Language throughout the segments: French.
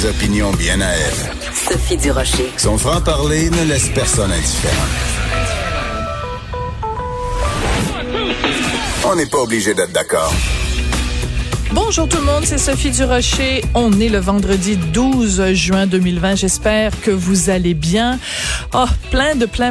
opinions bien à elle. Sophie Durocher. Son franc-parler ne laisse personne indifférent. On n'est pas obligé d'être d'accord. Bonjour tout le monde, c'est Sophie Durocher. On est le vendredi 12 juin 2020. J'espère que vous allez bien. Plein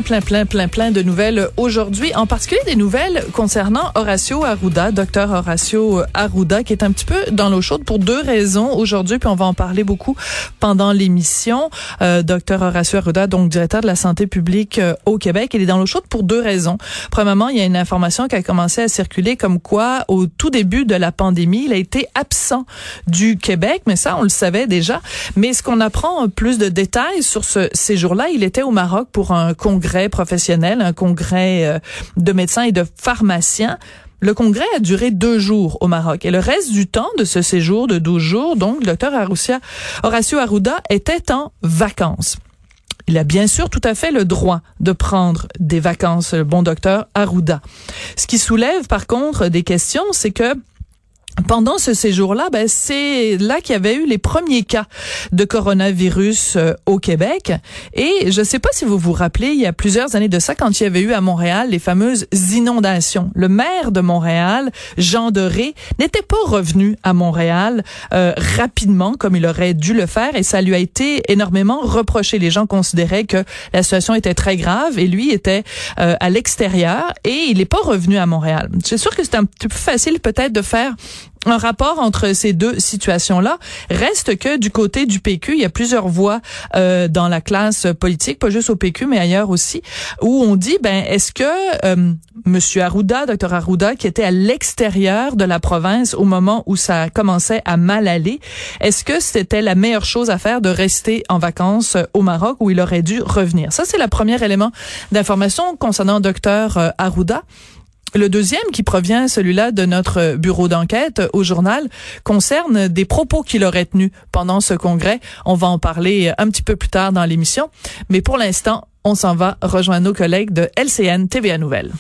de nouvelles aujourd'hui. En particulier des nouvelles concernant Horacio Arruda, docteur Horacio Arruda, qui est un petit peu dans l'eau chaude pour deux raisons aujourd'hui, puis on va en parler beaucoup pendant l'émission. Docteur Horacio Arruda, donc directeur de la santé publique au Québec, il est dans l'eau chaude pour deux raisons. Premièrement, il y a une information qui a commencé à circuler comme quoi, au tout début de la pandémie, il a été absent du Québec, mais ça, on le savait déjà. Mais ce qu'on apprend plus de détails sur ce séjour-là, il était au Maroc pour un congrès professionnel, un congrès de médecins et de pharmaciens. Le congrès a duré 2 jours au Maroc. Et le reste du temps de ce séjour de 12 jours, donc, le docteur Horacio Arruda était en vacances. Il a bien sûr tout à fait le droit de prendre des vacances, le bon docteur Arruda. Ce qui soulève, par contre, des questions, c'est que pendant ce séjour-là, c'est là qu'il y avait eu les premiers cas de coronavirus au Québec. Et je ne sais pas si vous vous rappelez, il y a plusieurs années de ça, quand il y avait eu à Montréal les fameuses inondations. Le maire de Montréal, Jean Doré, n'était pas revenu à Montréal rapidement comme il aurait dû le faire, et ça lui a été énormément reproché. Les gens considéraient que la situation était très grave et lui était à l'extérieur et il n'est pas revenu à Montréal. C'est sûr que c'est un petit peu facile peut-être de faire un rapport entre ces deux situations-là. Reste que du côté du PQ, il y a plusieurs voix dans la classe politique, pas juste au PQ, mais ailleurs aussi, où on dit, est-ce que Monsieur Arruda, Dr Arruda, qui était à l'extérieur de la province au moment où ça commençait à mal aller, est-ce que c'était la meilleure chose à faire de rester en vacances au Maroc où il aurait dû revenir? Ça, c'est le premier élément d'information concernant Dr Arruda. Le deuxième, qui provient, celui-là, de notre bureau d'enquête au journal, concerne des propos qu'il aurait tenus pendant ce congrès. On va en parler un petit peu plus tard dans l'émission. Mais pour l'instant, on s'en va rejoindre nos collègues de LCN TVA Nouvelles.